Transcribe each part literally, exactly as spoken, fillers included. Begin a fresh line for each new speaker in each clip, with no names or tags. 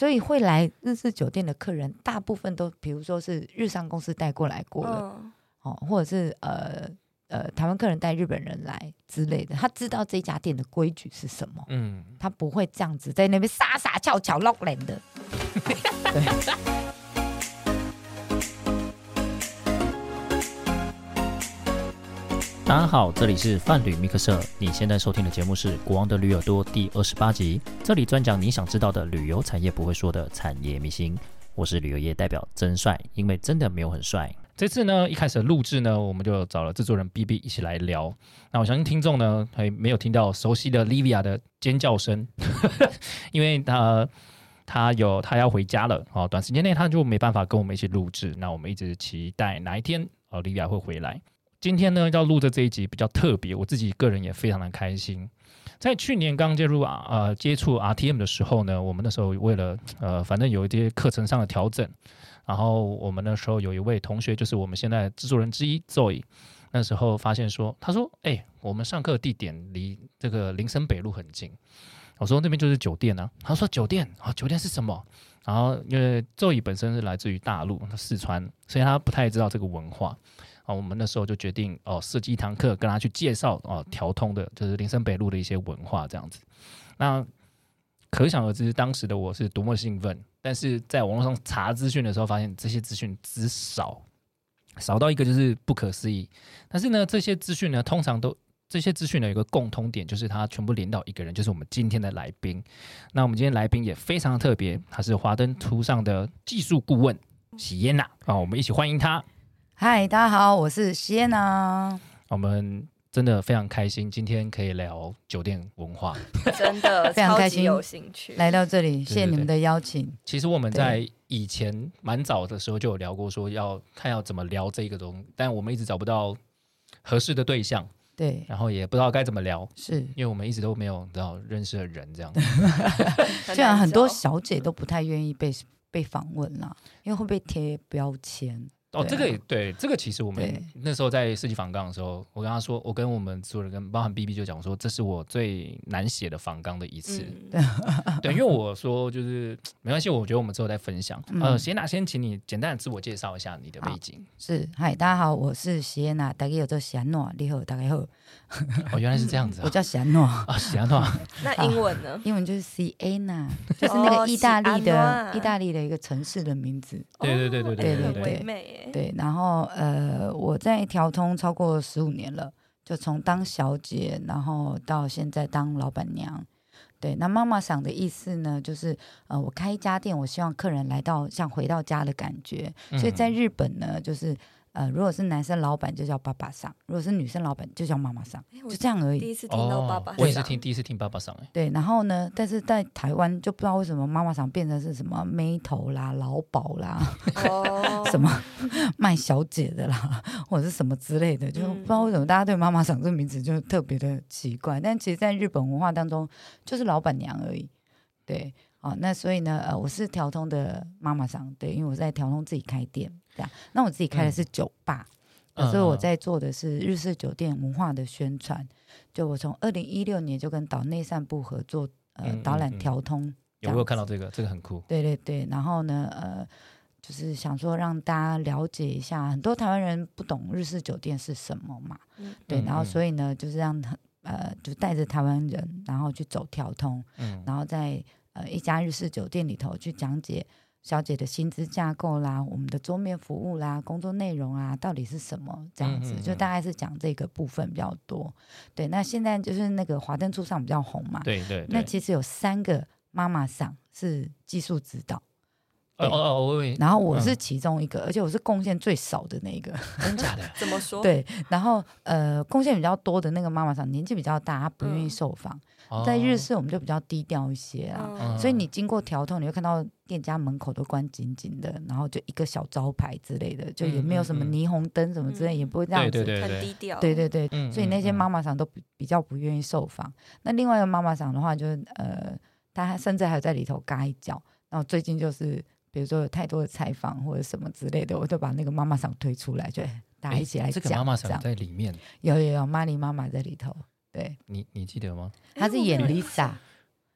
所以会来日式酒店的客人大部分都比如说是日商公司带过来过了、嗯哦、或者是呃呃台湾客人带日本人来之类的，他知道这家店的规矩是什么，嗯，他不会这样子在那边傻傻翘翘落人的对。
大家好，这里是泛旅密克社，你现在收听的节目是国王的驴耳朵第二十八集，这里专讲你想知道的旅游产业不会说的产业秘辛。我是旅游业代表真帅，因为真的没有很帅。这次呢，一开始的录制呢，我们就找了制作人 B B 一起来聊。那我相信听众呢，还没有听到熟悉的 Livia 的尖叫声，因为他他有他要回家了、哦、短时间内他就没办法跟我们一起录制。那我们一直期待哪一天、哦、Livia 会回来。今天呢，要录的这一集比较特别，我自己个人也非常的开心。在去年刚接入呃接触 R T M 的时候呢，我们那时候为了呃反正有一些课程上的调整，然后我们那时候有一位同学，就是我们现在制作人之一 Zoe， 那时候发现说，他说：“哎、欸，我们上课地点离这个林森北路很近。”我说：“那边就是酒店啊。”他说：“酒店啊、哦，酒店是什么？”然后因为 Zoe 本身是来自于大陆四川，所以他不太知道这个文化。哦、我们那时候就决定哦，设计一堂课跟他去介绍哦，调通的就是林森北路的一些文化这样子。那可想而知，当时的我是多么兴奋。但是在网络上查资讯的时候，发现这些资讯之少，少到一个就是不可思议。但是呢，这些资讯呢，通常都这些资讯呢有一个共通点，就是它全部连到一个人，就是我们今天的来宾。那我们今天来宾也非常的特别，他是华灯初上的技术顾问喜耶娜啊，我们一起欢迎他。
嗨，大家好，我是喜耶娜。
我们真的非常开心，今天可以聊酒店文化，
真的
非常开心，
有兴趣
来到这里，谢谢你们的邀请。对对对，
其实我们在以前蛮早的时候就有聊过，说要看要怎么聊这个东西，但我们一直找不到合适的对象，对，然后也不知道该怎么聊，是因为我们一直都没有知道认识的人这样子。
虽然很多小姐都不太愿意被被访问啦，因为会被贴标签。
哦，这个也对，这个其实我们那时候在设计访纲的时候，我跟他说，我跟我们所有人跟包含 B B 就讲说，这是我最难写的访纲的一次。嗯、对，因为我说就是没关系，我觉得我们之后再分享。嗯、呃，喜耶娜先请你简单的自我介绍一下你的背景。
是，嗨，大家好，我是喜耶娜，大家有做喜安诺，你好，大家好。
哦，原来是这样子、啊。
我叫喜安诺
啊，喜安诺。
那英文呢？
英文就是 Siena， 就是那个意大利的、哦、意大利的一个城市的名字。
对对对对对对
对对对。对，然后呃，我在调通超过十五年了，就从当小姐，然后到现在当老板娘。对，那妈妈桑的意思呢，就是呃，我开一家店，我希望客人来到像回到家的感觉。所以在日本呢，就是呃，如果是男生老板就叫爸爸桑，如果是女生老板就叫妈妈桑，就这样而已。
第一次听到爸爸桑、
哦，我也是听第一次听爸爸桑。
对，然后呢，但是在台湾就不知道为什么妈妈桑变成是什么妹头啦、劳保啦，哦、什么卖小姐的啦，或者是什么之类的，就不知道为什么大家对妈妈桑这个名字就特别的奇怪。但其实，在日本文化当中，就是老板娘而已。对。哦，那所以呢，呃，我是调通的妈妈桑，对，因为我在调通自己开店，这样。那我自己开的是酒吧，嗯、所以我在做的是日式酒店文化的宣传。就我从二零一六年就跟岛内散步合作，呃，嗯、导览调通。
有没有看到这个？这个很酷。
对对对，然后呢，呃，就是想说让大家了解一下，很多台湾人不懂日式酒店是什么嘛，嗯、对，然后所以呢，就是让呃，就带着台湾人，然后去走调通，嗯、然后在。呃，一家日式酒店里头去讲解小姐的薪资架构啦，我们的桌面服务啦，工作内容啊，到底是什么这样子，嗯嗯嗯就大概是讲这个部分比较多。对，那现在就是那个华灯初上比较红嘛，
对 对, 对。
那其实有三个妈妈桑是技术指导。
哦哦哦，
然后我是其中一个，嗯、而且我是贡献最少的那个，
真假的？
怎么说？
对，然后呃，贡献比较多的那个妈妈桑年纪比较大，她不愿意受访。嗯、在日式我们就比较低调一些啊，嗯、所以你经过调通，你会看到店家门口都关紧紧的，然后就一个小招牌之类的，就也没有什么霓虹灯什么之类，嗯、也不会这样子，
对对对对
很低调。
对对对，嗯、所以那些妈妈桑都比比较不愿意受访。那另外一个妈妈桑的话，就是呃，她甚至还有在里头嘎一脚。然后最近就是。比如说有太多的采访或者什么之类的，我就把那个妈妈桑推出来，就大家一起来讲。
这个妈妈桑在里面，
有有有，玛丽妈妈在里头。对，
你你记得吗？
她是演 Lisa，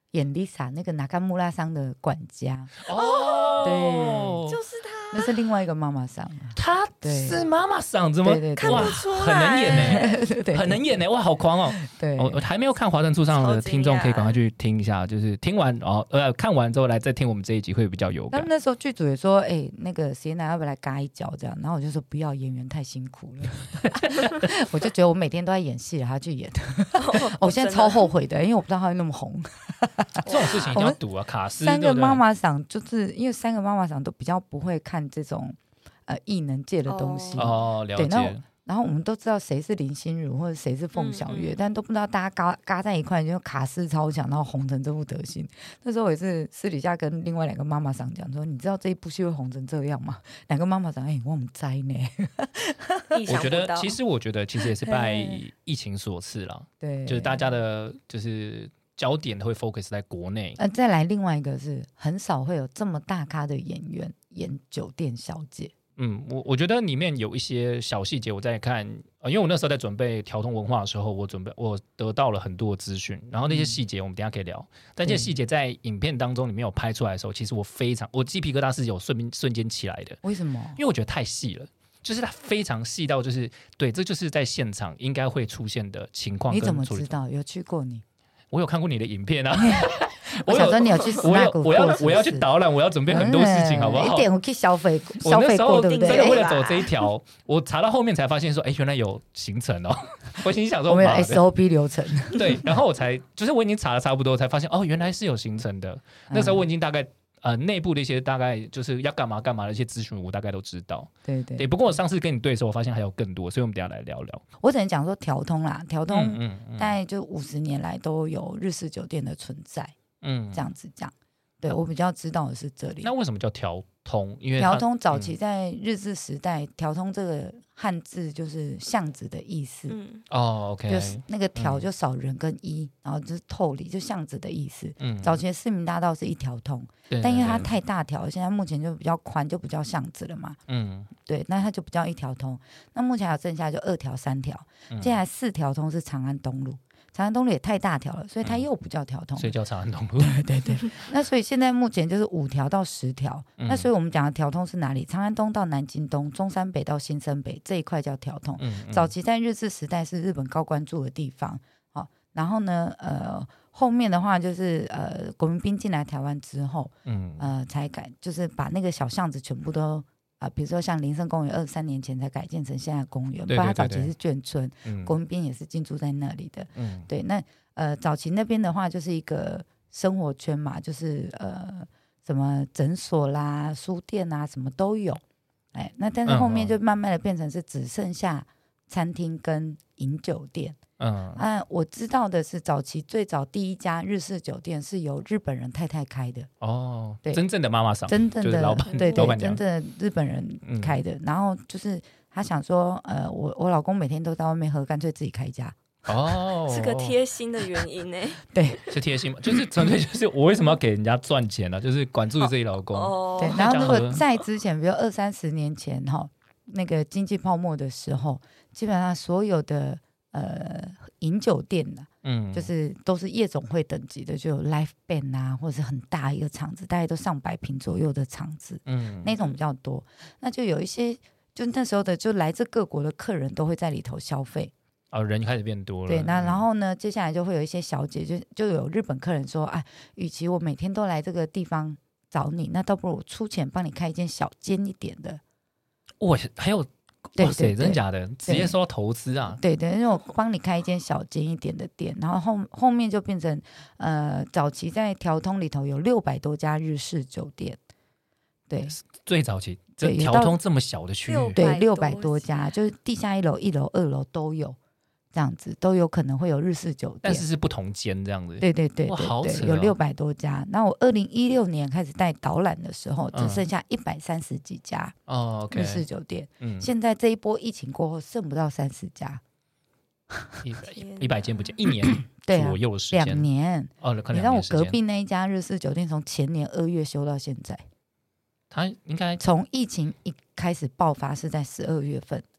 演 Lisa 那个拿甘穆拉桑的管家
哦，
对，
就是他。
那是另外一个妈妈桑，
他是妈妈桑，怎么
对对对
看不出来，
很能演呢、
对对
很能演呢、哇，好狂哦！
对，
我、哦、还没有看《华灯初上》的听众可以赶快去听一下，就是听完哦，呃，看完之后来再听我们这一集会比较有感。
他们那时候剧组也说，哎、欸，那个谁娜要不要来嘎一脚这样？然后我就说不要，演员太辛苦了。我就觉得我每天都在演戏，然后去演。哦、我现在超后悔的，因为我不知道他会那么红。
这种事情一定要赌啊，卡斯
三个妈妈桑就是因为三个妈妈桑都比较不会看这种呃艺能界的东西
哦，了解。
然后我们都知道谁是林心如或者谁是凤小岳、嗯嗯，但都不知道大家嘎嘎在一块就卡斯超强，然后红成这副德行。那时候我也是私底下跟另外两个妈妈桑讲说，你知道这一部戏会红成这样吗？两个妈妈桑，哎、欸，我们栽呢。
我觉得，其实我觉得，其实也是拜疫情所赐啦。对，就是大家的，就是焦点会 focus 在国内。
呃，再来另外一个是，很少会有这么大咖的演员演酒店小姐。
嗯，我我觉得里面有一些小细节，我在看、呃，因为我那时候在准备调通文化的时候，我准备我得到了很多资讯，然后那些细节我们等一下可以聊。嗯、但这些细节在影片当中里面有拍出来的时候，其实我非常我鸡皮疙瘩是有瞬瞬间起来的。
为什么？
因为我觉得太细了，就是它非常细到就是对，这就是在现场应该会出现的情况。
你怎么知道？有去过你？
我有看过你的影片啊。
我想说你有去 snack 过，
我要我要去导览，我要准备很多事情，好不好？
一点我去消费消费过，对不对？
真的为了走这一条，我查到后面才发现说，哎，原来有行程哦。我心想说，
我们有 S O P 流程。
对，然后我才就是我已经查了差不多，才发现哦，原来是有行程的。那时候我已经大概呃内部的一些大概就是要干嘛干嘛的一些资讯，我大概都知道。对对对。不过我上次跟你对的时候，我发现还有更多，所以我们等一下来聊聊。
我只能讲说调通啦，调通大概就五十年来都有日式酒店的存在。嗯，这样子讲，对我比较知道的是这里。
那为什么叫调通？因为
调通早期在日治时代，调、嗯、通这个汉字就是巷子的意思。嗯，
哦 ，OK，
就是那个调就少人跟一、嗯，然后就是透里就巷子的意思。嗯，早期的市民大道是一条通，对对对，但因为它太大条，现在目前就比较宽，就不叫巷子了嘛。嗯，对，那它就不叫一条通。那目前还有剩下就二条、三条，接下来四条通是长安东路。长安东路也太大条了，所以它又不叫调通、嗯，
所以叫长安东路。
对对对，那所以现在目前就是五条到十条、嗯，那所以我们讲的调通是哪里？长安东到南京东，中山北到新生北这一块叫调通、嗯嗯。早期在日治时代是日本高官住的地方，好，然后呢，呃，后面的话就是呃，国民兵进来台湾之后，嗯，呃，才改，就是把那个小巷子全部都。啊、比如说像林森公园，二十三年前才改建成现在的公园，不然它早期是眷村，嗯、国民兵也是进驻在那里的。嗯，对，那呃早期那边的话就是一个生活圈嘛，就是呃什么诊所啦、书店啊，什么都有。哎，那但是后面就慢慢的变成是只剩下餐厅跟饮酒店。嗯，啊，我知道的是，早期最早第一家日式酒店是由日本人太太开的。哦，对，
真正的妈妈桑，
真正的、
就是、老板，
对对，
老
真正的日本人开的。嗯、然后就是他想说，呃，我我老公每天都在外面喝，干脆自己开一家。
哦，是个贴心的原因呢。
对，
是贴心嘛，就是纯粹就是我为什么要给人家赚钱呢、啊？就是管住自己老公。
哦，对。然后如果在之前，比如二三十年前哈，那个经济泡沫的时候，基本上所有的。呃，饮酒店的，嗯，就是都是夜总会等级的，就有 live band 啊，或者是很大一个场子，大概都上百坪左右的场子，嗯，那种比较多。那就有一些，就那时候的，就来自各国的客人都会在里头消费。
哦，人开始变多了。
对，那然后呢，接下来就会有一些小姐，就就有日本客人说，哎，与其我每天都来这个地方找你，那倒不如我出钱帮你开一间小间一点的。
哇，还有。哇塞，真假的，直接说到投资啊！
对对，因为我帮你开一间小间一点的店，然后后后面就变成呃，早期在调通里头有六百多家日式酒店，对，
最早期这调通这么小的区域，
对，六百多家，就是地下一楼、一楼、二楼都有。这样子都有可能会有日式酒店，
但是是不同间这样子。
对对对对，
哇，好扯哦，
有六百多家。那我二零一六年开始带导览的时候，只剩下一百三十几家日式酒店。嗯，现在这一波疫情过后，剩不到三十家。
一百间不见，一年左右的时间，
两年
哦，可能
你知道我隔壁那一家日式酒店从前年二月休到现在，
他应该
从疫情一开始爆发是在十二月份。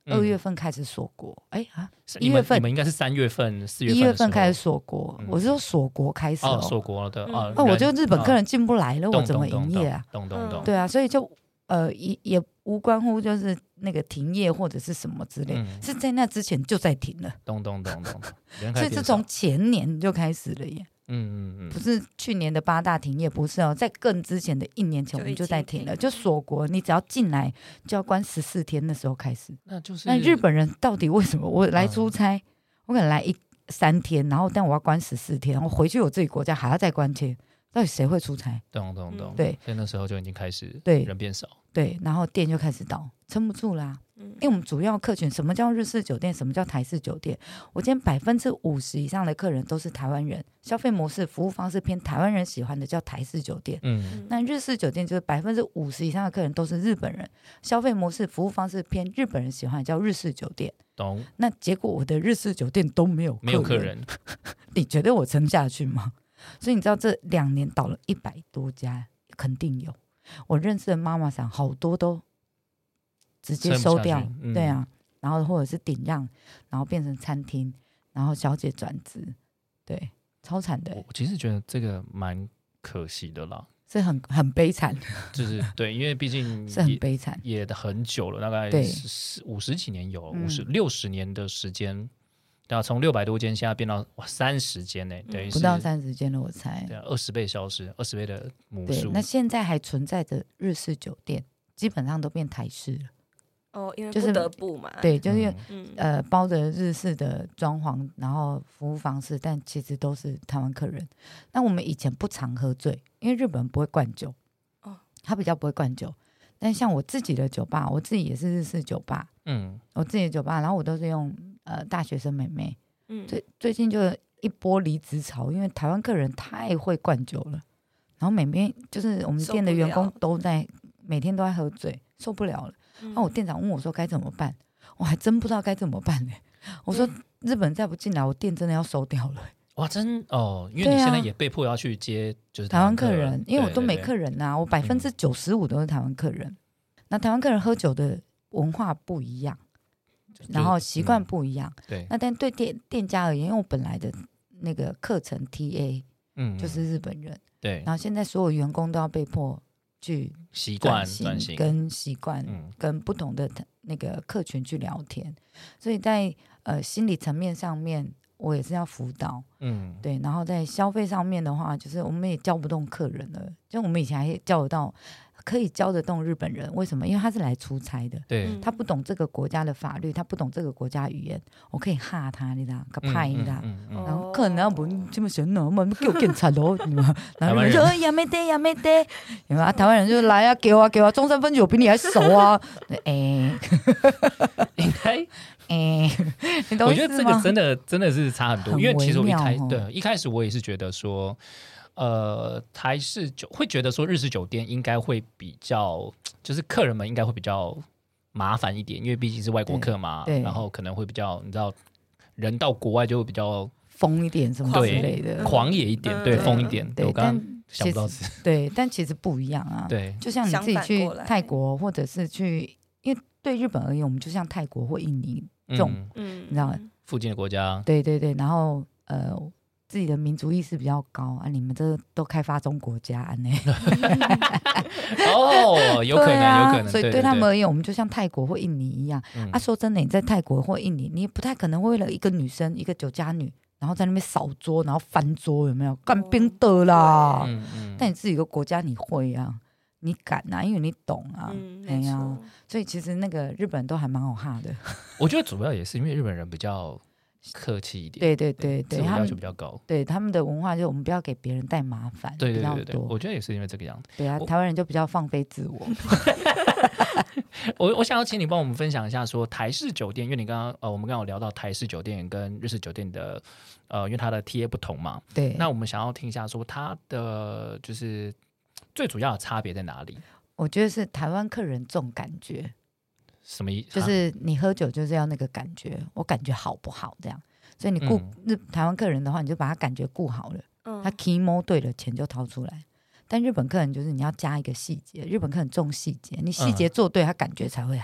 二月份开始锁国，哎、嗯、啊，
一月份你们应该是三月份、四月份
一月份开始锁国、嗯，我是说锁国开始哦，
锁国的啊，
那、嗯、我就日本客人进不来了，嗯、我怎么营业啊？
懂懂懂，
对啊，所以就呃也也无关乎就是那个停业或者是什么之类，嗯、是在那之前就在停了，
懂懂懂懂，
所以是从前年就开始了耶。
嗯嗯嗯，
不是去年的八大停业，不是哦，在更之前的一年前我们就在停了，就锁国，你只要进来就要关十四天，那时候开始。
那就是
那日本人到底为什么？我来出差，嗯、我可能来一三天，然后但我要关十四天，我回去我自己国家还要再关天，到底谁会出差？
懂懂懂，
对，
所以那时候就已经开始
对
人变少，
对，然后店就开始倒，撑不住啦、啊。因为我们主要客群，什么叫日式酒店，什么叫台式酒店？我今天百分之五十以上的客人都是台湾人，消费模式、服务方式偏台湾人喜欢的叫台式酒店。嗯，那日式酒店就是百分之五十以上的客人都是日本人，消费模式、服务方式偏日本人喜欢的叫日式酒店。
懂？
那结果我的日式酒店都没有客人，
没有客人，
你觉得我撑下去吗？所以你知道这两年倒了一百多家，肯定有。我认识的妈妈桑好多都直接收掉、嗯、对啊，然后或者是顶让，然后变成餐厅，然后小姐转职，对，超惨的。
我其实觉得这个蛮可惜的啦，
是很很悲惨，
就是对，因为毕竟
是很悲惨，
也很久了，大概五十几年有五十六十年的时间。对啊，从六百多间现在变到哇三十间呢，等于
不到三十间了，我猜。
对啊，二十倍消失，二十倍的母数。
那现在还存在的日式酒店，基本上都变台式了。
哦，因为不得不嘛。
就是、对，就是、嗯、呃包着日式的装潢，然后服务方式，但其实都是台湾客人。那我们以前不常喝醉，因为日本人不会灌酒，哦，他比较不会灌酒。但像我自己的酒吧，我自己也是日式酒吧，嗯，我自己的酒吧，然后我都是用呃大学生妹妹，嗯，最最近就一波离职潮，因为台湾客人太会灌酒了，然后每天就是我们店的员工都在每天都在喝醉，受不了了。然后我店长问我说该怎么办，我还真不知道该怎么办呢。我说日本人再不进来，我店真的要收掉了。
哇，真哦，因为你现在也被迫要去接就是
台湾客人，因为我都没客人啊，我百分之九十五都是台湾客人。嗯、那台湾客人喝酒的文化不一样，然后习惯不一样。嗯、对，那但对店店家而言，因为我本来的那个课程 T A， 嗯，就是日本人，对，然后现在所有员工都要被迫去
习惯转型，
跟习惯、嗯、跟不同的那个客群去聊天，所以在呃心理层面上面。我也是要辅导，嗯，对，然后在消费上面的话，就是我们也叫不动客人了，就我们以前还叫得到，可以教得动日本人，为什么？因为他是来出差的，对，他不懂这个国家的法律，他不懂这个国家语言，我可以哈他，你知道，给拍你知道，然后客人要不这么凶呢，我们给我检查喽，你们，然后日本人说呀没得呀没得，有啊，台湾人就来啊，给我啊给我啊，中山分局我比你还熟啊，哎，
应该。
欸、你懂
我觉得这个真的真的是差很多，
很
因为其实我一开对一开始我也是觉得说，呃，台式酒会觉得说日式酒店应该会比较，就是客人们应该会比较麻烦一点，因为毕竟是外国客嘛，然后可能会比较你知道，人到国外就会比较
疯一点什么之类的，
狂野一点，对，疯一点。对，我刚刚想不到词，
对，但其实不一样啊。对，就像你自己去泰国或者是去，因为对日本而言，我们就像泰国或印尼。这种、嗯，你知道
附近的国家，
对对对，然后呃，自己的民族意识比较高啊，你们这都开发中国家呢，
哦，有可能，啊、有可能，
所以对他们而言，我们就像泰国或印尼一样。嗯、啊，说真的，你在泰国或印尼，你不太可能为了一个女生，一个酒家女，然后在那边扫桌，然后翻桌，有没有？干冰的啦！嗯嗯、但你自己一个国家，你会啊？你敢啊，因为你懂啊，哎呀、嗯啊，所以其实那个日本人都还蛮好哈的。
我觉得主要也是因为日本人比较客气一点，
对对对对，
自我要求比较高。
对他们的文化就是我们不要给别人带麻烦，
对对对对，我觉得也是因为这个样子。
对啊，台湾人就比较放飞自我。
我我想要请你帮我们分享一下，说台式酒店，因为你刚刚呃，我们刚刚有聊到台式酒店跟日式酒店的呃，因为它的 T A 不同嘛，对。那我们想要听一下，说它的就是最主要的差别在哪里？
我觉得是台湾客人重感觉。
什么意思？
就是你喝酒就是要那个感觉，我感觉好不好这样。所以你顾、嗯、日台湾客人的话，你就把他感觉顾好了，嗯、他 key mo 对了，钱就掏出来。但日本客人就是你要加一个细节，日本客人重细节，你细节做对，他感觉才会好，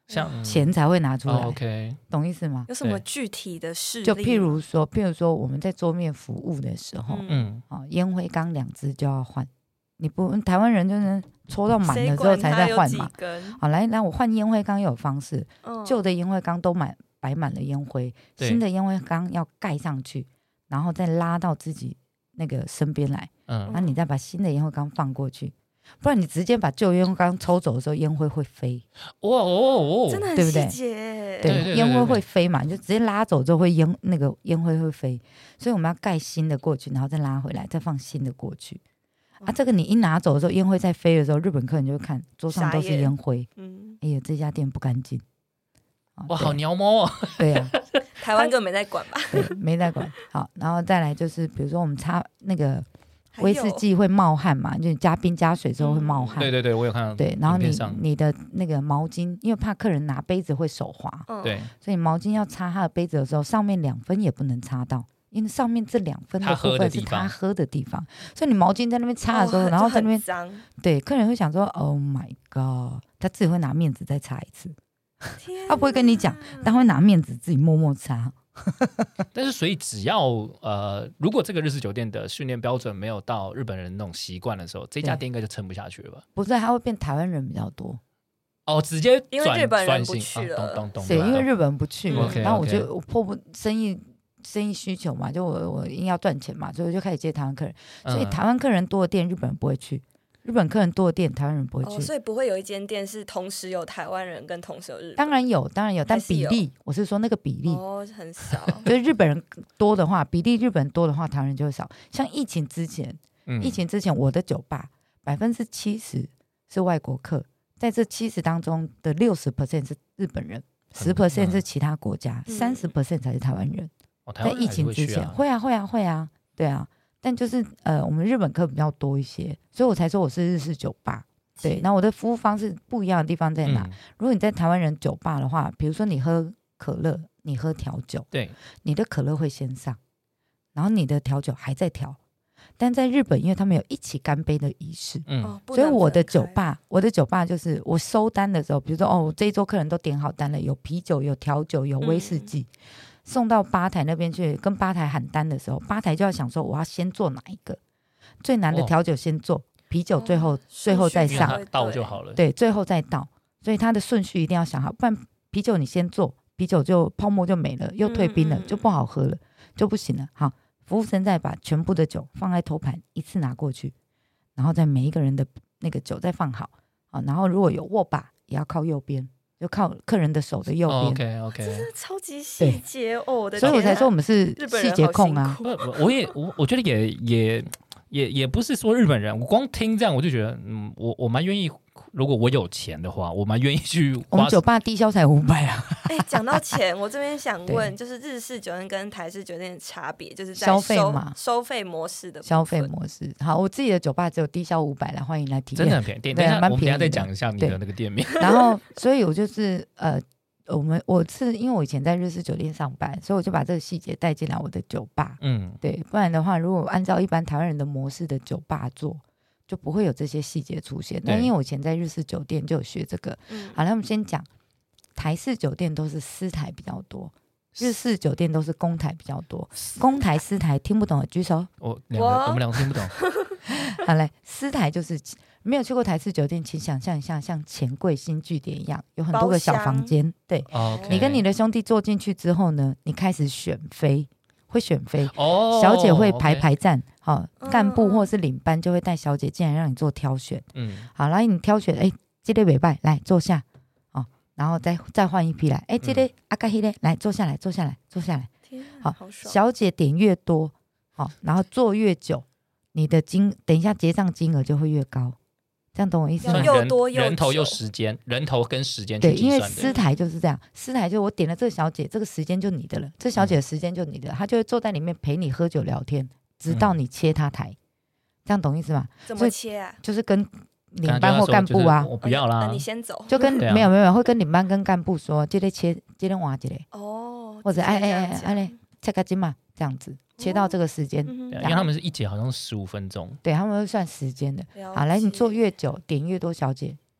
像
钱才会拿出来、
哦、OK
懂意思吗？
有什么具体的事例？
就譬如说譬如说我们在桌面服务的时候，嗯，哦，烟灰缸两只就要换，你不台湾人就是抽到满了之后才在换嘛。好，来来，我换烟灰缸又有方式，嗯、旧的烟灰缸都满摆满了烟灰，新的烟灰缸要盖上去，然后再拉到自己那个身边来，嗯，然后你再把新的烟灰缸放过去，不然你直接把旧烟灰缸抽走的时候，烟灰会飞。
哇哦，真的很细节，
对不对？对，烟灰会飞嘛，你就直接拉走之后会烟那个烟灰会飞，所以我们要盖新的过去，然后再拉回来，再放新的过去。啊，这个你一拿走的时候，烟灰在飞的时候，日本客人就会看桌上都是烟灰，嗯，哎呀，这家店不干净。
哇，好鸟毛哦！
对呀、啊，
台湾根本没在管吧？
对，没在管。好，然后再来就是，比如说我们擦那个威士忌会冒汗嘛，就是加冰加水之后会冒汗。
嗯、对对对，我有看到。
对，然后你你的那个毛巾，因为怕客人拿杯子会手滑，
对、嗯，
所以毛巾要擦他的杯子的时候，上面两分也不能擦到。因为上面这两分的部分是他喝的地方，所以你毛巾在那边擦的时候，哦、然后在那边对客人会想说 ：“Oh my god！” 他自己会拿面纸再擦一次，他不会跟你讲，但会拿面纸自己默默擦。
但是，所以只要呃，如果这个日式酒店的训练标准没有到日本人那种习惯的时候，这家店应该就撑不下去了吧？
不是，他会变台湾人比较多。
哦，直接
因为日本人不去了，
啊、懂懂懂。
对，因为日本人不去嘛，
okay,
然后我就我迫不生意。生意需求嘛，就我我硬要赚钱嘛，所以我就开始接台湾客人。所以台湾客人多的店，日本人不会去；日本客人多的店，台湾人不会去。
哦、所以不会有一间店是同时有台湾人跟同时有日本人。
当然有，当然有，但比例我是说那个比例
哦很少。
就是日本人多的话，比例日本人多的话，台湾人就会少。像疫情之前，嗯、疫情之前我的酒吧百分之七十是外国客，在这七十当中的六十 percent 是日本人，十 percent 是其他国家，三十 percent 才是台湾人。
哦、
在疫情之前会啊会啊会啊对啊，但就是呃我们日本客比较多一些，所以我才说我是日式酒吧。对，那我的服务方式不一样的地方在哪？嗯、如果你在台湾人酒吧的话，比如说你喝可乐，你喝调酒，
对，
你的可乐会先上，然后你的调酒还在调。但在日本，因为他们有一起干杯的仪式，嗯，所以我的酒吧，我的酒吧就是我收单的时候，比如说哦，这一桌客人都点好单了，有啤酒、有调酒、有威士忌。嗯，送到吧台那边去，跟吧台喊单的时候，吧台就要想说我要先做哪一个，最难的调酒先做，啤酒最后、哦、最后再上，
倒就好了。
对，最后再倒，所以它的顺序一定要想好，不然啤酒你先做，啤酒就泡沫就没了，又退冰了，嗯嗯就不好喝了，就不行了。好，服务生再把全部的酒放在头盘一次拿过去，然后在每一个人的那个酒再放好，好，然后如果有握把也要靠右边。就靠客人的手的右边。
oh, OK OK，
真的超级细节哦，我的
天啊，所以我才说我们是细节控啊。
我也我我觉得也也也也不是说日本人，我光听这样我就觉得，嗯，我我蛮愿意。如果我有钱的话，我蛮愿意去。
我们酒吧低消才五百啊！
哎，讲到钱，我这边想问，就是日式酒店跟台式酒店的差别，就是在
消费嘛，
收费模式的
消费模式。好，我自己的酒吧只有低消五百啦，欢迎来体验，
真的很便宜。等一下，我们等一下再讲一下你的那个店面。
然后，所以我就是呃，我们我是因为我以前在日式酒店上班，所以我就把这个细节带进来我的酒吧。嗯，对，不然的话，如果按照一般台湾人的模式的酒吧做。就不会有这些细节出现。那因为我以前在日式酒店就有学这个。嗯、好，那我们先讲台式酒店都是私台比较多，日式酒店都是公台比较多。公台私台听不懂的举手。
我两个我们两个听不懂。
好嘞，私台就是没有去过台式酒店，请想象一下，像钱柜新据点一样，有很多个小房间。对， okay. 你跟你的兄弟坐进去之后呢，你开始选妃。会选妃、oh, 小姐会排排站，好、okay. 哦，干部或是领班就会带小姐进来让你做挑选，嗯，好，然后你挑选，哎，这类尾拜来坐下，哦，然后再再换一批来，哎，这类阿嘎希嘞，来坐下来，坐下来，坐下来，好，好小姐点越多，好，然后坐越久，你的金等一下结账金额就会越高。这样懂我意思吗？
又多又
人头又时间，人头跟时间去计算的。对，
因为私台就是这样，私台就是我点了这个小姐，这个时间就你的了，这小姐的时间就你的了，她就会坐在里面陪你喝酒聊天，直到你切她台。嗯、这样懂意思吗？
怎么切啊？
就是跟领班或干部啊，
我不要啦，
那你先走。
就跟没有没有会跟领班跟干部说，这类切，这类挖这类。哦。或者哎哎哎哎嘞，切个金嘛，这样子。切到这个时间、
嗯，因为他们是一节好像十五分钟，
对，他们会算时间的。好，来你做越久，点越多小姐，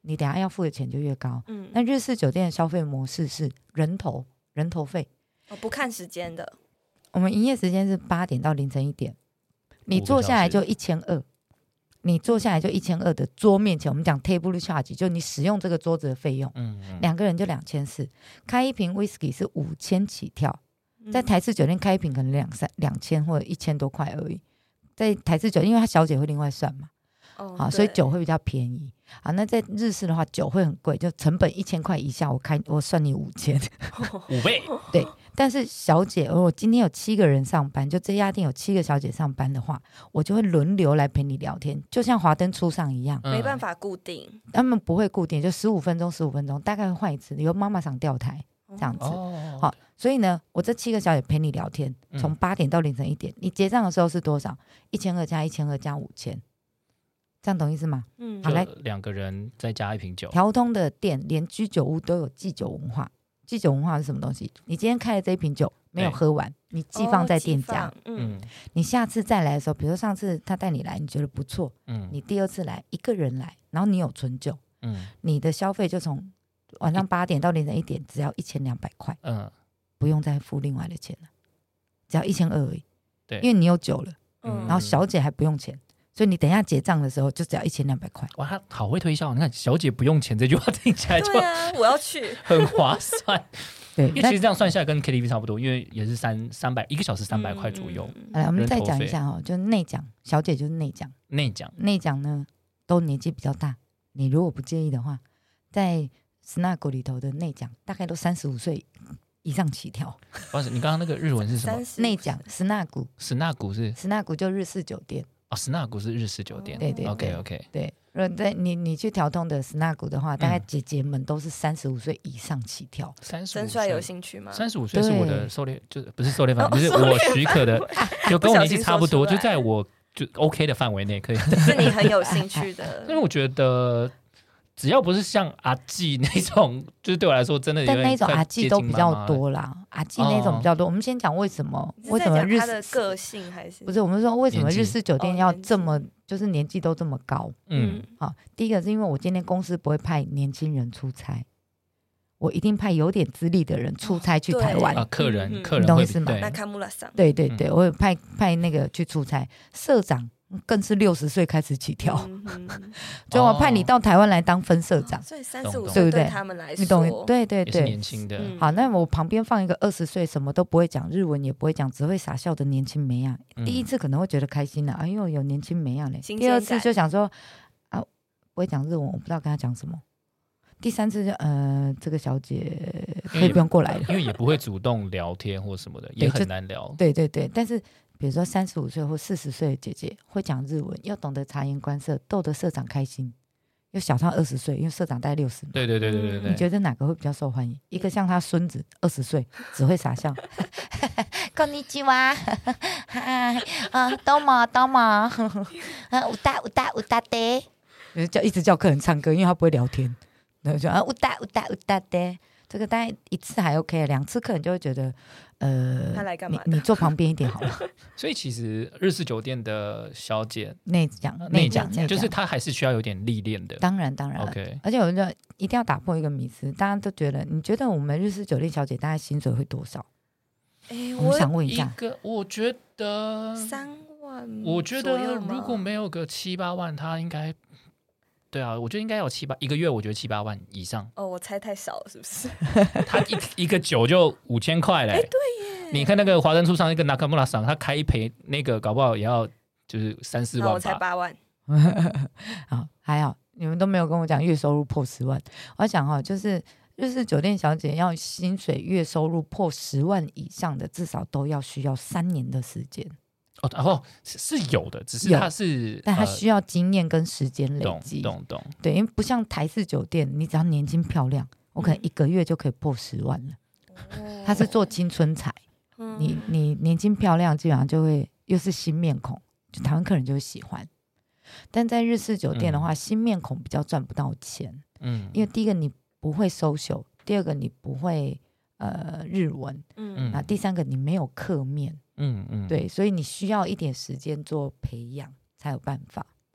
你等一下要付的钱就越高。嗯，那日式酒店的消费模式是人头人头费，
哦，不看时间的。
我们营业时间是八点到凌晨一点，你坐下来就一千二，你坐下来就一千二的桌面钱，我们讲 table charge， 就你使用这个桌子的费用，嗯嗯，两个人就两千四，开一瓶 whisky 是五千起跳，在台式酒店开一瓶可能两三两千或者一千多块而已，在台式酒店因为他小姐会另外算嘛，哦，好，所以酒会比较便宜。好，那在日式的话，酒会很贵，就成本一千块以下，我开我算你五千，
五倍。
对，但是小姐，我今天有七个人上班，就这家店有七个小姐上班的话，我就会轮流来陪你聊天，就像华灯初上一样，
没办法固定，
他们不会固定，就十五分钟，十五分钟，大概会换一次，由妈妈桑调台这样子。哦，好，所以呢，我这七个小姐陪你聊天，从八点到凌晨一点，你结账的时候是多少？一千二加一千二加五千。这样懂意思吗？
嗯，好，来两个人再加一瓶酒。
条通的店连居酒屋都有祭酒文化。祭酒文化是什么东西？你今天开的这一瓶酒没有喝完，你寄放在店家。哦，嗯，你下次再来的时候，比如说上次他带你来，你觉得不错，嗯，你第二次来一个人来，然后你有存酒，嗯，你的消费就从晚上八点到凌晨一点，只要一千两百块，嗯，不用再付另外的钱了，只要一千二而已。对，因为你有酒了，嗯，然后小姐还不用钱。所以你等一下结账的时候就只要一千两百块。
哇，他好会推销！你看，小姐不用钱这句话听起来就
对啊，我要去，
很划算。对，因为其实这样算下来跟 K T V 差不多，因为也是三三百一个小时三百块左右。
来、嗯，我们再讲一下哦，就是内讲，小姐就是内讲，
内讲，
内讲呢都年纪比较大。你如果不介意的话，在 Snack 里头的内讲大概都三十五岁以上起跳。
不好意思，你刚刚那个日文是什么？
内讲 Snack
Snack 是
Snack 就日式酒店。
哦 ，Snack 是日式酒店，
对对
，OK OK，
对，如果在你你去条通的 Snack 的话，大概姐姐们都是三十五岁以上起跳。
三十
五岁有兴趣吗？
三十五岁是我的狩猎，就是不是狩猎范围，就是我许可的，就跟我年纪差不多，就在我就 OK 的范围内可以。
是你很有兴趣的，
因为我觉得只要不是像阿纪那种，就是对我来说真的有点，
但那种阿纪都比较多啦，阿纪那种比较多。哦，我们先讲为什么，为什么日
他的个性还是
不是？我们说为什么日式酒店要这么，就是年纪都这么高？嗯，好，第一个是因为我今天公司不会派年轻人出差，我一定派有点资历的人出差去台湾。
啊，客人，客人，
你懂意思吗？
那卡穆拉桑，
对对对，我会派派那个去出差，社长。更是六十岁开始起跳，嗯，就我派你到台湾来当分社长，哦，
所以三十五岁对他们来说，
你懂？对对对，
也是年轻的，嗯。
好，那我旁边放一个二十岁，什么都不会讲，日文也不会讲，只会傻笑的年轻妹啊，嗯。第一次可能会觉得开心了，啊，因为有年轻妹啊嘞。第二次就想说啊，不会讲日文，我不知道跟他讲什么。第三次就呃，这个小姐可以不用过来了，
因为也不会主动聊天或什么的，也很难聊。
对对对，但是比如说三十五岁或四十岁的姐姐会讲日文，要懂得察言观色，逗得社长开心。又小他二十岁，因为社长大概六十。
对对对对对对。
你觉得哪个会比较受欢迎？一个像他孙子二十岁，只会傻笑，こんにちは，啊，どうもどうも，歌歌歌的，叫一直叫客人唱歌，因为他不会聊天。然后就啊，歌歌歌的，这个大概一次还 OK， 两次客人就会觉得，呃，
他来干嘛？
你你坐旁边一点好了。
所以其实日式酒店的小姐
内讲
内讲，就是她还是需要有点历练的。
当然当然
，OK。
而且我觉得一定要打破一个迷思，大家都觉得，你觉得我们日式酒店小姐大概薪水会多少？
哎，
我们想问一下，
一个我觉得
三万，
我觉得如果没有个七八万，她应该。对啊，我觉得应该有七八一个月，我觉得七八万以上。
哦，我猜太少了，是不是？
他一一个酒就五千块嘞。
哎，对耶。
你看那个华灯初上那个纳卡穆拉桑，他开一陪那个搞不好也要就是三四万吧。
我才八万。
好，还好你们都没有跟我讲月收入破十万。我要讲哈，就是日式酒店小姐要薪水月收入破十万以上的，至少都要需要三年的时间。
哦，然后是有的，只是它是，
但它需要经验跟时间累积。
懂懂懂。
对，因为不像台式酒店，你只要年轻漂亮，我可能一个月就可以破十万了。嗯，它是做青春财，嗯，你你年轻漂亮，基本上就会又是新面孔，就台湾客人就会喜欢。但在日式酒店的话，嗯，新面孔比较赚不到钱。嗯，因为第一个你不会 social， 第二个你不会呃日文，嗯，那第三个你没有客面。嗯嗯，对，所以你需要一点时间做培养才有办法。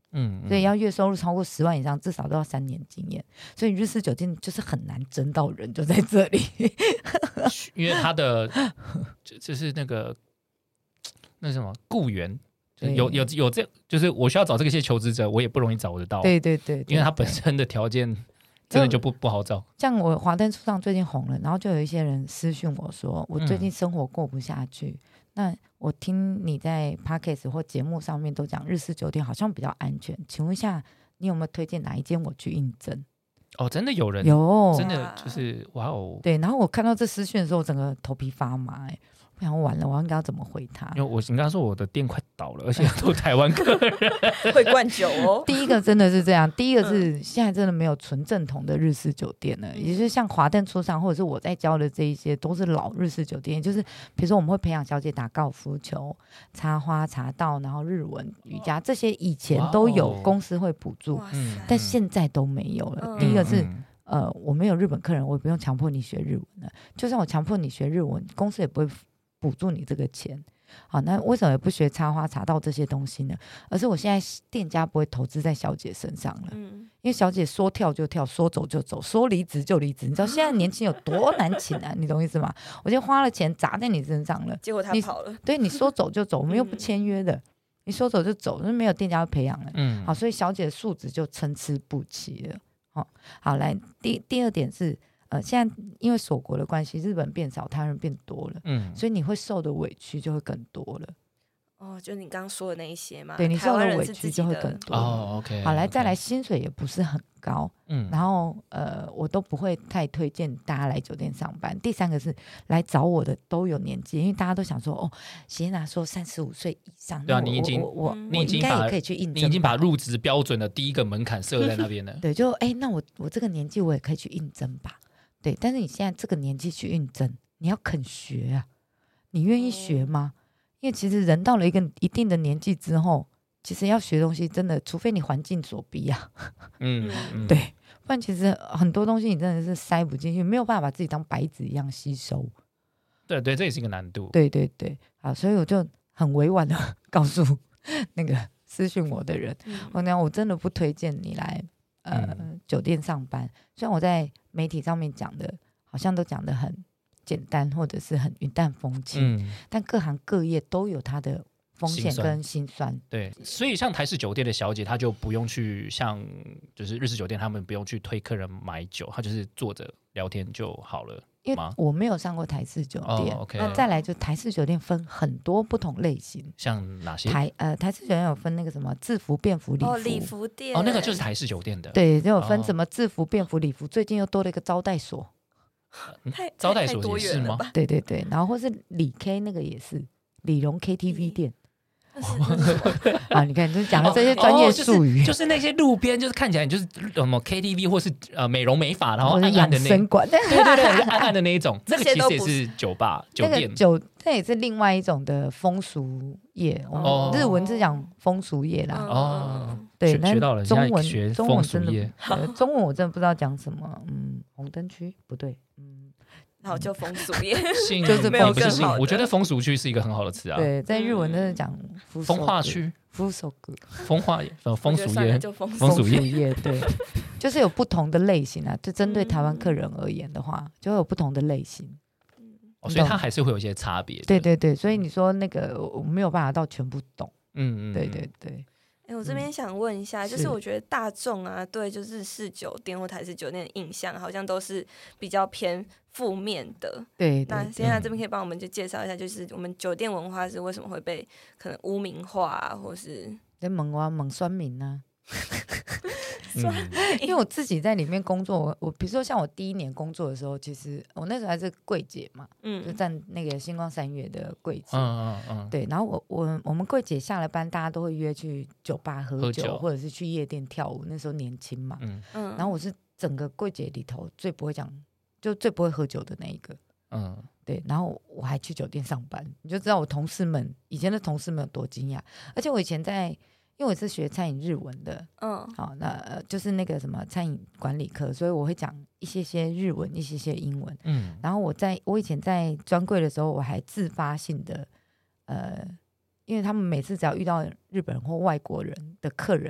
嗯，所以要月收入超过十万以上，至少都要三年经验。所以日式酒店就是很难争到人，就在这里。
因为他的就就是那个那什么雇员，有有有这，就是我需要找这些求职者，我也不容易找得到。
对对 对, 对, 对，
因为他本身的条件真的就不不好找。
像我华灯初上最近红了，然后就有一些人私讯我说，我最近生活过不下去。嗯，那我听你在 podcast 或节目上面都讲日式酒店好像比较安全，请问一下你有没有推荐哪一间我去应征？
哦，真的有人
有，
真的就是哇哦。
对，然后我看到这私讯的时候，我整个头皮发麻、欸，我想完了，我应该要怎么回他？
因为我你刚刚说我的店快倒了，而且都台湾客人
会灌酒哦。
第一个真的是这样，第一个是、嗯、现在真的没有纯正统的日式酒店了，嗯、也就是像华灯初上或者是我在教的这一些都是老日式酒店，就是比如说我们会培养小姐打高尔夫球、插花、茶道，然后日文、瑜伽这些以前都有公司会补助，但现在都没有了。嗯、第一个是。嗯呃，我没有日本客人，我也不用强迫你学日文了。就算我强迫你学日文，公司也不会补助你这个钱。好，那为什么不学插花、茶道这些东西呢？而是我现在店家不会投资在小姐身上了，嗯、因为小姐说跳就跳，说走就走，说离职就离职。你知道现在年轻有多难请啊？你懂意思吗？我就花了钱砸在你身上了，
结果他跑了。
对，你说走就走，我们又不签约的。嗯，你说走就走，没有店家会培养了。嗯，好，所以小姐的素质就参差不齐了。哦、好，来第第二点是，呃，现在因为锁国的关系，日本变少，台湾人变多了，嗯，所以你会受的委屈就会更多了。
哦，就你刚刚说的那一些嘛，
对，你受的委屈就会更多。
哦 ，OK，
好，来再来，薪水也不是很高，嗯，然后呃，我都不会太推荐大家来酒店上班。第三个是来找我的都有年纪，因为大家都想说，哦，谢娜说三十五岁以上，
对啊，你已经
我我
你已经
应该也可以去应征，
你已经把入职标准的第一个门槛设在那边了。
对，就哎，那我我这个年纪我也可以去应征吧？对，但是你现在这个年纪去应征，你要肯学啊，你愿意学吗？嗯，因为其实人到了一个一定的年纪之后，其实要学东西真的，除非你环境所逼啊，嗯，嗯对，不然其实很多东西你真的是塞不进去，没有办法把自己当白纸一样吸收。
对对，这也是一个难度。
对对对，好，所以我就很委婉的告诉那个私讯我的人，嗯、我讲我真的不推荐你来呃、嗯、酒店上班。虽然我在媒体上面讲的，好像都讲的很简单或者是很云淡风轻，嗯、但各行各业都有它的风险跟辛酸。
对，所以像台式酒店的小姐，她就不用去像就是日式酒店，他们不用去推客人买酒，她就是坐着聊天就好了。
因为我没有上过台式酒店，
哦 okay、
那再来就台式酒店分很多不同类型，
像哪些？
台呃台式酒店有分那个什么制服、便服、礼服。
哦，礼服店
哦，那个就是台式酒店的。
对，就有分什么制服、便服、礼服，最近又多了一个招待所。
太
招待所也是吗？
对对对，然后或是理 K 那个也是理容 K T V 店。啊，你看，就讲了这些专业术语、
哦哦就是，就是那些路边，就是看起来就是什么 K T V 或是呃美容美发，然后暗暗的那
生馆，
对对对，暗暗的那一种，这个其实也是酒吧、酒店、那个、
酒，这也是另外一种的风俗业。哦、日文是讲风俗业啦。
哦，
对，
学到了，
中文
学
中文
真的，
中文我真的不知道讲什么。嗯，红灯区不对，嗯。
然后就风俗业，
就是
没有更好的。
我觉得风俗区是一个很好的词啊。
对，在日文真的讲
风化区、
风俗
风化业、风俗业、
风
俗
业，对，就是有不同的类型啊。就针对台湾客人而言的话，嗯、就会有不同的类型。
哦，所以它还是会有一些差别。
对对对，所以你说那个我没有办法到全部懂。嗯嗯，对对对。
欸、我这边想问一下、嗯、就是我觉得大众啊对就日式酒店或台式酒店的印象好像都是比较偏负面的。
对，
那现在这边可以帮我们就介绍一下，就是我们酒店文化是为什么会被可能污名化、啊、或是
在猛啊猛酸民啊嗯、因为我自己在里面工作，我我比如说像我第一年工作的时候，其实我那时候还是柜姐嘛，嗯，就站那个星光三月的柜姐，嗯嗯嗯，对，然后我我我们柜姐下了班，大家都会约去酒吧喝酒，喝酒或者是去夜店跳舞，那时候年轻嘛，嗯嗯，然后我是整个柜姐里头最不会讲，就最不会喝酒的那一个，嗯，对，然后我还去酒店上班，你就知道我同事们以前的同事们有多惊讶，而且我以前在。因为我是学餐饮日文的，嗯，好，那、呃、就是那个什么餐饮管理科，所以我会讲一些些日文，一些些英文，嗯，然后我在我以前在专柜的时候，我还自发性的，呃，因为他们每次只要遇到日本人或外国人的客人，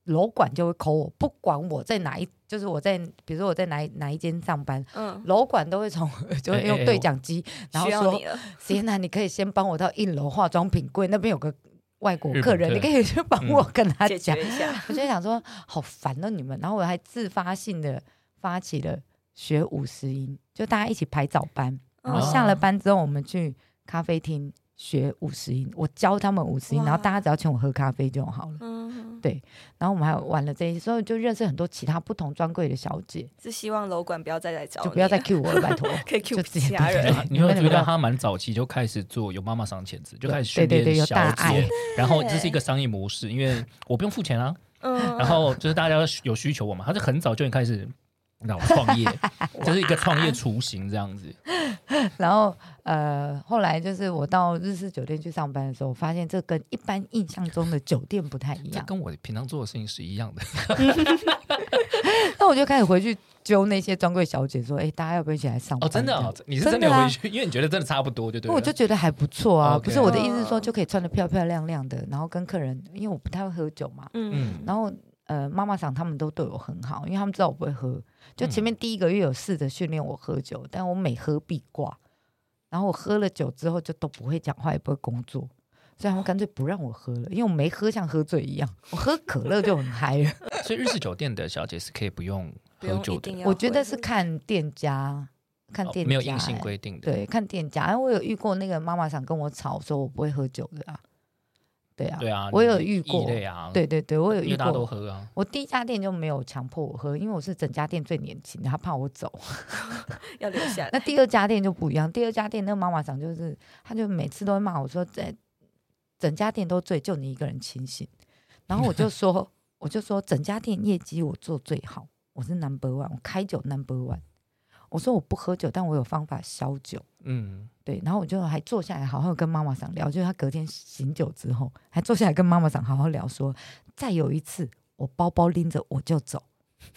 楼管就会 call 我，不管我在哪一，就是我在比如说我在哪哪一间上班，嗯，楼管都会从就会用对讲机，然后说，Sienna，你可以先帮我到一楼化妆品柜那边有个外国客人，你可以去帮我跟他讲、嗯、一下。我就想说好烦哦你们，然后我还自发性的发起了学五十音，就大家一起排早班，然后下了班之后我们去咖啡厅学五十音，我教他们五十音，然后大家只要请我喝咖啡就好了。嗯，对。然后我们还有玩了这些，所以就认识很多其他不同专柜的小姐。
是希望楼管不要再来找你，
就不要再 cue 我了，拜托。
可以 cue 其他人。
你会觉得他蛮早期就开始做有妈妈桑钳子，就开始训练小姐，然后这是一个商业模式，因为我不用付钱啊。嗯。然后就是大家有需求我嘛，他就很早就开始。让我创业，这是一个创业雏形这样子。
然后呃，后来就是我到日式酒店去上班的时候，我发现这跟一般印象中的酒店不太一样。
这跟我平常做的事情是一样的。
那我就开始回去揪那些专柜小姐说：“哎、欸，大家要不要一起来上班？”
哦，真的、哦，你是真的回去，啊、因为你觉得真的差不多就对了。
我就觉得还不错啊，
okay.
不是我的意思是说就可以穿得漂漂亮亮的，然后跟客人，因为我不太会喝酒嘛，嗯，然后。呃，妈妈桑他们都对我很好，因为他们知道我不会喝。就前面第一个月有试着训练我喝酒，嗯、但我每喝必挂。然后我喝了酒之后就都不会讲话，也不会工作，所以他们干脆不让我喝了，因为我没喝像喝醉一样，我喝可乐就很嗨了。
所以日式酒店的小姐是可以不用喝酒的。
我觉得是看店家，看店家、欸哦、
没有硬性规定的。
对，看店家。因为我有遇过那个妈妈桑跟我吵说我不会喝酒的啊。对啊，
对啊，
我有遇过，
啊、
对对对，我有遇过，
因为大家都喝啊。
我第一家店就没有强迫我喝，因为我是整家店最年轻的，他怕我走，
要留下来。
那第二家店就不一样，第二家店那个妈妈桑就是，他就每次都会骂我说，在整家店都醉，就你一个人清醒。然后我就说，我就说整家店业绩我做最好，我是 number one， 我开酒 number one。我说我不喝酒，但我有方法消酒。嗯，对，然后我就还坐下来好好跟妈妈桑聊，就是他隔天醒酒之后，还坐下来跟妈妈桑好好聊说，再有一次我包包拎着我就走。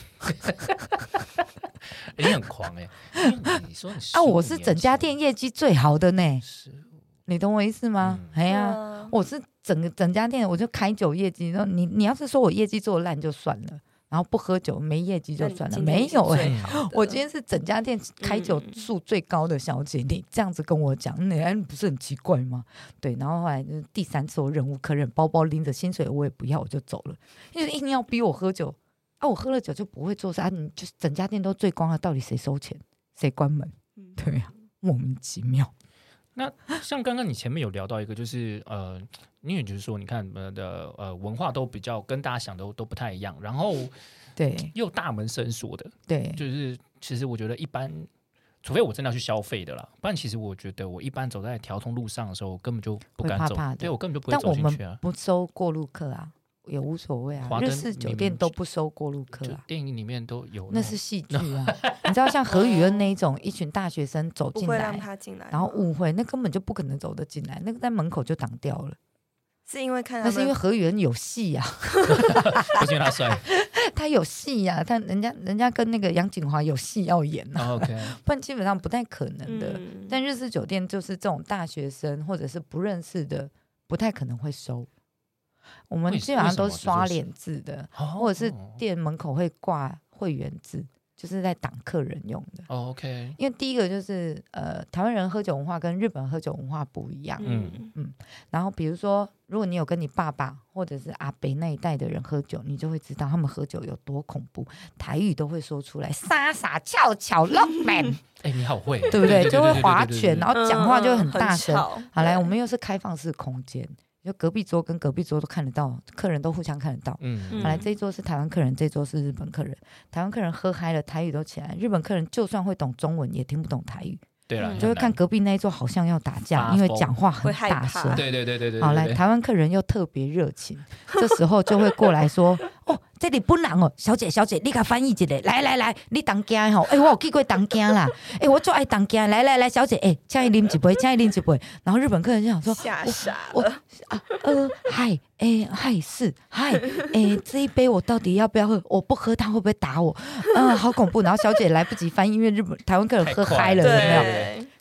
你很狂哎、欸！你说你
啊，我是整家店业绩最好的呢，你懂我意思吗？哎、嗯、呀、啊，我是整个整家店我就开酒业绩，然后你你要是说我业绩做烂就算了。然后不喝酒没业绩就算了，没有哎、欸，我今天是整家店开酒数最高的小姐，嗯、你这样子跟我讲，你不是很奇怪吗？对，然后后来就是第三次我忍无可忍，包包拎着薪水我也不要，我就走了，因为硬要逼我喝酒啊，我喝了酒就不会做事啊，你就是整家店都醉光了，到底谁收钱谁关门？对啊，莫名其妙。
那像刚刚你前面有聊到一个，就是呃，因为就是说，你看呃的呃文化都比较跟大家想的 都, 都不太一样，然后
对
又大门深锁的，
对，
就是其实我觉得一般，除非我真的要去消费的啦，不然其实我觉得我一般走在条通路上的时候，我根本就不敢走，
怕怕的
对我根本就不会走进去啊。
但我们不收过路客啊。也无所谓啊，日式酒店都不收过路客啊，
电影里面都有，
那是戏剧啊。你知道像何宇恩那一种，一群大学生走进来，
不会让他进来，
然后误会，那根本就不可能走得进来，那个在门口就挡掉了。
是因为看他
那是因为何宇恩有戏啊，
不是因为他帅，
他有戏啊，他人家人家跟那个杨锦华有戏要演啊，
oh, okay.
不然基本上不太可能的。嗯、但日式酒店就是这种大学生或者是不认识的，不太可能会收。我们基本上都是刷脸字的，或者是店门口会挂会员字，就是在挡客人用的。
哦 ，OK。
因为第一个就是呃，台湾人喝酒文化跟日本人喝酒文化不一样。嗯嗯。然后比如说，如果你有跟你爸爸或者是阿伯那一代的人喝酒，你就会知道他们喝酒有多恐怖，台语都会说出来，傻傻翘翘 lockman。
哎，你好会，
对不对？就会划拳，然后讲话就会很大声。
嗯、
好来，我们又是开放式空间。就隔壁桌跟隔壁桌都看得到，客人都互相看得到。嗯，好来，这一桌是台湾客人，这一桌是日本客人。台湾客人喝嗨了，台语都起来；日本客人就算会懂中文，也听不懂台语。
对了，
就会看隔壁那一桌好像要打架，因为讲话很大声。
对对对对对。
好来，台湾客人又特别热情，这时候就会过来说：“哦，这里不难哦，小姐小姐，你给翻译一下，来来来，你当家吼，哎、欸，我有去过当家啦，哎、欸，我就爱当家，来来来，小姐，哎、欸，请你啉一杯，请你啉一杯。”然后日本客人就想说：“
吓傻了，
我啊呃嗨，哎、欸、嗨是嗨，哎、欸、这一杯我到底要不要喝？我不喝他会不会打我？嗯、呃，好恐怖。”然后小姐来不及翻译，因为日本台湾客人喝嗨了，有没有？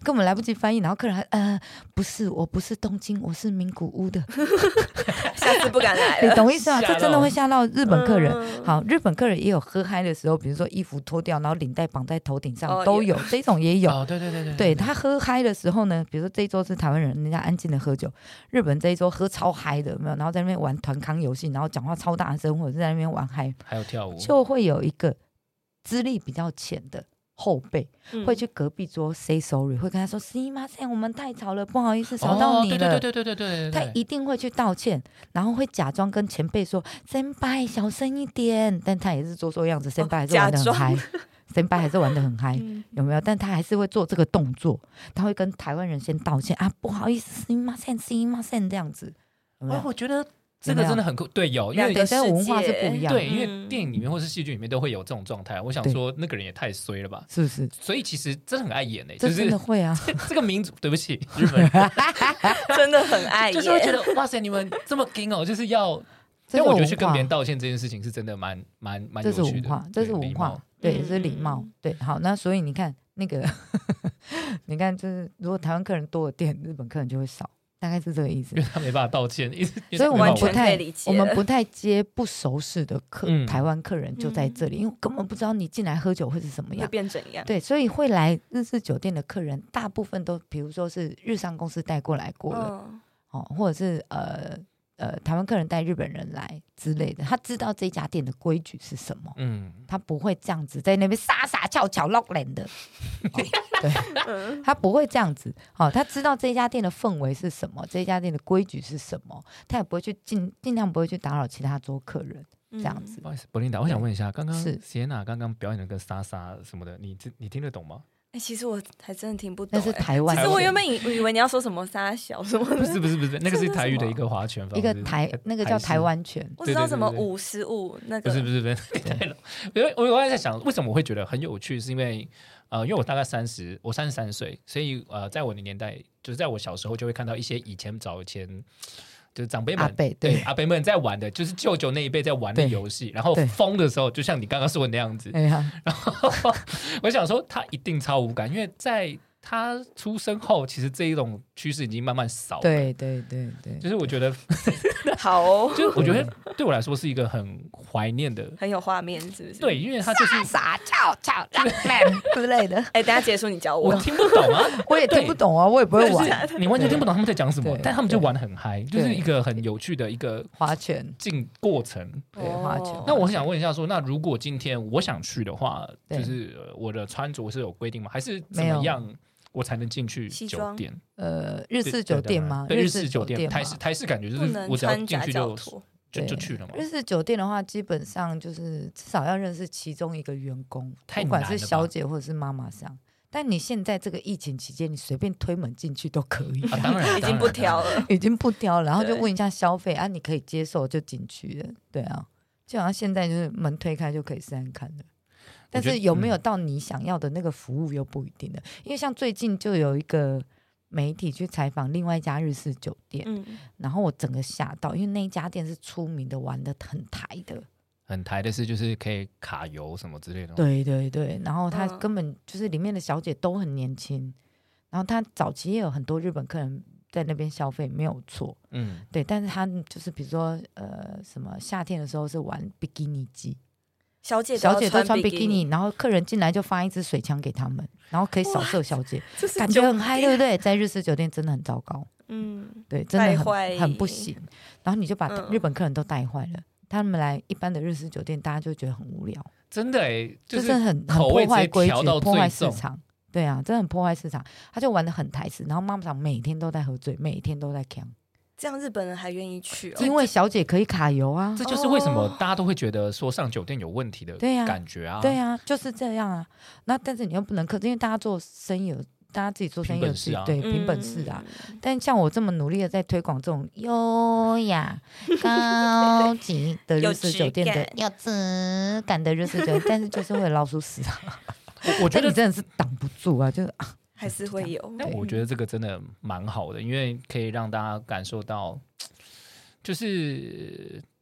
根本来不及翻译，然后客人还呃不是，我不是东京，我是名古屋的，
下次不敢来了，
你懂意思吗？这真的会吓到日本客人。
嗯、
好，日本客人也有喝嗨的时候，比如说衣服脱掉，然后领带绑在头顶上，
哦、
都有这种也有。
哦，对对对对，
对他喝嗨的时候呢，比如说这一桌是台湾人，人家安静的喝酒，日本这一桌喝超嗨的，有没有？然后在那边玩团康游戏，然后讲话超大声，或者是在那边玩嗨，
还有跳舞，
就会有一个资历比较浅的后辈、嗯、会去隔壁桌 say sorry， 会跟他说すいません，我们太吵了，不好意思吵到你了。
哦、对对对对对对对，
他一定会去道歉，然后会假装跟前辈说先輩小声一点，但他也是做做样子，先輩还是玩得很嗨。先輩还是玩得很嗨、嗯，有没有？但他还是会做这个动作，他会跟台湾人先道歉啊，不好意思，すいません，すいません这样子。有没有？
我觉得这个真的很酷，对，有，因为
对，这个文化是不一样的。
对，因为电影里面或是戏剧里面都会有这种状态。我想说，那个人也太衰了吧，
是不是？
所以其实真的很爱演诶、欸，
这真的会啊。
这个民族，对不起，日本人
真的很爱演，
就是会觉得哇塞，你们这么硬哦，就是要。因为我觉得去跟别人道歉这件事情是真的蛮蛮蛮有趣的，
这是文化，这是文化，对，也是礼貌，对。好，那所以你看那个，你看，就是如果台湾客人多的店，日本客人就会少，大概是这个意思。
因为他没办法道歉，
所以我们不太，
我
们不太接不熟识的客、嗯、台湾客人就在这里，因为根本不知道你进来喝酒会是什么样，
会变怎样。
对，所以会来日式酒店的客人，大部分都比如说是日商公司带过来过了，嗯、哦，或者是呃。呃，台湾客人带日本人来之类的，他知道这家店的规矩是什么，嗯，他不会这样子在那边傻傻翘翘落人的，哦、对，他不会这样子，哦，他知道这家店的氛围是什么，这家店的规矩是什么，他也不会去尽尽量不会去打扰其他桌客人，这样子。
嗯、不好意思，伯琳达，我想问一下，刚刚是Sienna刚刚表演的跟莎莎什么的，你你听得懂吗？
欸、其实我还真的听不懂、欸，
那是台湾。
其实我原本以以为你要说什么沙小什么的，
不是不是不是，那个是台语的一个划拳方式，
一个台那个叫台湾拳。
我知道什么五十五那个，
不是不是不是，因为我我在想，为什么我会觉得很有趣，是因为呃，因为我大概三十，我三十三岁，所以呃，在我的年代，就是在我小时候就会看到一些以前早前。就是长辈们
阿伯 对,
对阿伯们在玩的，就是舅舅那一辈在玩的游戏，然后疯的时候，就像你刚刚说的那样子。然后我想说，他一定超无感，因为在他出生后，其实这一种趋势已经慢慢少了。
对对对对，
就是我觉得
好、哦，
就我觉得对我来说是一个很怀念的，
很有画面，是不是？
对，因为他就是
傻翘翘之类的。
哎、欸，等一下结束你教我，
我听不懂啊，
我也听不懂啊，我也不会玩，
就是、你完全听不懂他们在讲什么，但他们就玩得很嗨，就是一个很有趣的一个
划拳
进过程。
对，划拳。
那我想问一下说，那如果今天我想去的话，就是我的穿着是有规定吗？还是怎么样？我才能进去酒店？
呃，日式酒店吗？
对，日式酒店，台式台式感觉就是我只要进去就就就去了嘛。
日式酒店的话，基本上就是至少要认识其中一个员工，不管是小姐或者是妈妈桑。但你现在这个疫情期间，你随便推门进去都可以、
啊，当然
已经不挑了，
已经不挑了。然后就问一下消费啊，你可以接受就进去了。对啊，就好像现在就是门推开就可以试试看了。但是有没有到你想要的那个服务又不一定的，因为像最近就有一个媒体去采访另外一家日式酒店、嗯、然后我整个吓到，因为那一家店是出名的玩的很台的，
很台的是就是可以卡油什么之类的，
对对对，然后他根本就是里面的小姐都很年轻，然后他早期也有很多日本客人在那边消费没有错，嗯，对，但是他就是比如说呃什么夏天的时候是玩比基尼季，
小姐
小姐都穿比基尼，然后客人进来就发一支水枪给他们，然后可以扫射小姐，感觉很嗨，对不对？在日式酒店真的很糟糕，嗯，对，真的 很, 很不行。然后你就把日本客人都带坏了、嗯，他们来一般的日式酒店，大家就觉得很无聊，
真的哎、欸，就是
很很破坏规矩，破坏市场。对啊，真的很破坏市场。他就玩得很台式，然后妈妈桑每天都在喝醉，每天都在呛。
这样日本人还愿意去、哦？
因为小姐可以卡油啊，
这就是为什么大家都会觉得说上酒店有问题的感觉啊。
对啊，就是这样啊。那但是你又不能克制，因为大家做生意有，大家自己做生意有自己、啊、对凭本事啊、嗯。但像我这么努力的在推广这种优雅、高级的日式酒店的有质感的日式酒店，但是就是会有老鼠屎啊。我, 我觉得你真的是挡不住啊，就是啊。
还是会有，
但我觉得这个真的蛮好的，因为可以让大家感受到，就是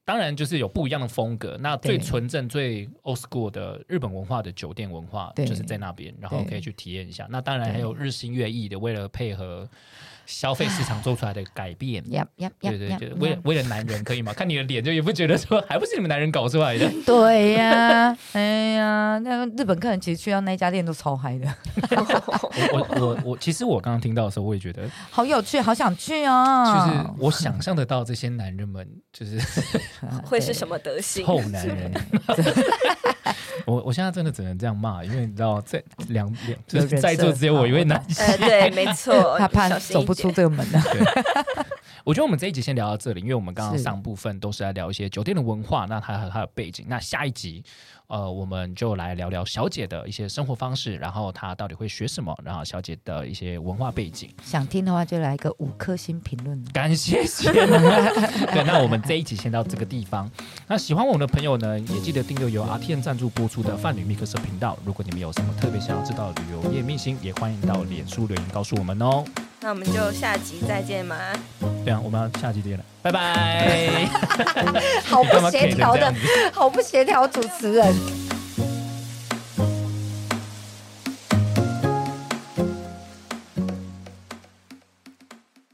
当然就是有不一样的风格。那最纯正、最 old school 的日本文化的酒店文化，就是在那边，然后可以去体验一下。那当然还有日新月异的，为了配合消费市场做出来的改变。对对对，为了为了男人可以吗？看你的脸就也不觉得说，还不是你们男人搞出来的。
对呀、啊，哎呀，那个日本客人其实去到那家店都超嗨的。
我我我我，其实我刚刚听到的时候，我也觉得
好有趣，好想去啊！
就是我想象得到这些男人们，就是
会是什么德行？
臭男人。我我现在真的只能这样骂，因为你知道，在两两就是在座只有我一位男性。
呃，对，没错，
他怕走不出这个门的。
我觉得我们这一集先聊到这里，因为我们刚刚上部分都是在聊一些酒店的文化，那它和它的背景。那下一集，呃，我们就来聊聊小姐的一些生活方式，然后她到底会学什么，然后小姐的一些文化背景。
想听的话就来个五颗星评论。
感谢谢。对，那我们这一集先到这个地方。那喜欢我们的朋友呢，也记得订阅由 R T M 赞助播出的泛旅密克社频道。如果你们有什么特别想要知道的旅游业秘辛，也欢迎到脸书留言告诉我们哦。
那我们就下集再见嘛。
对啊，我们要下集见了，拜拜。
好不协调的，好不协调主持人。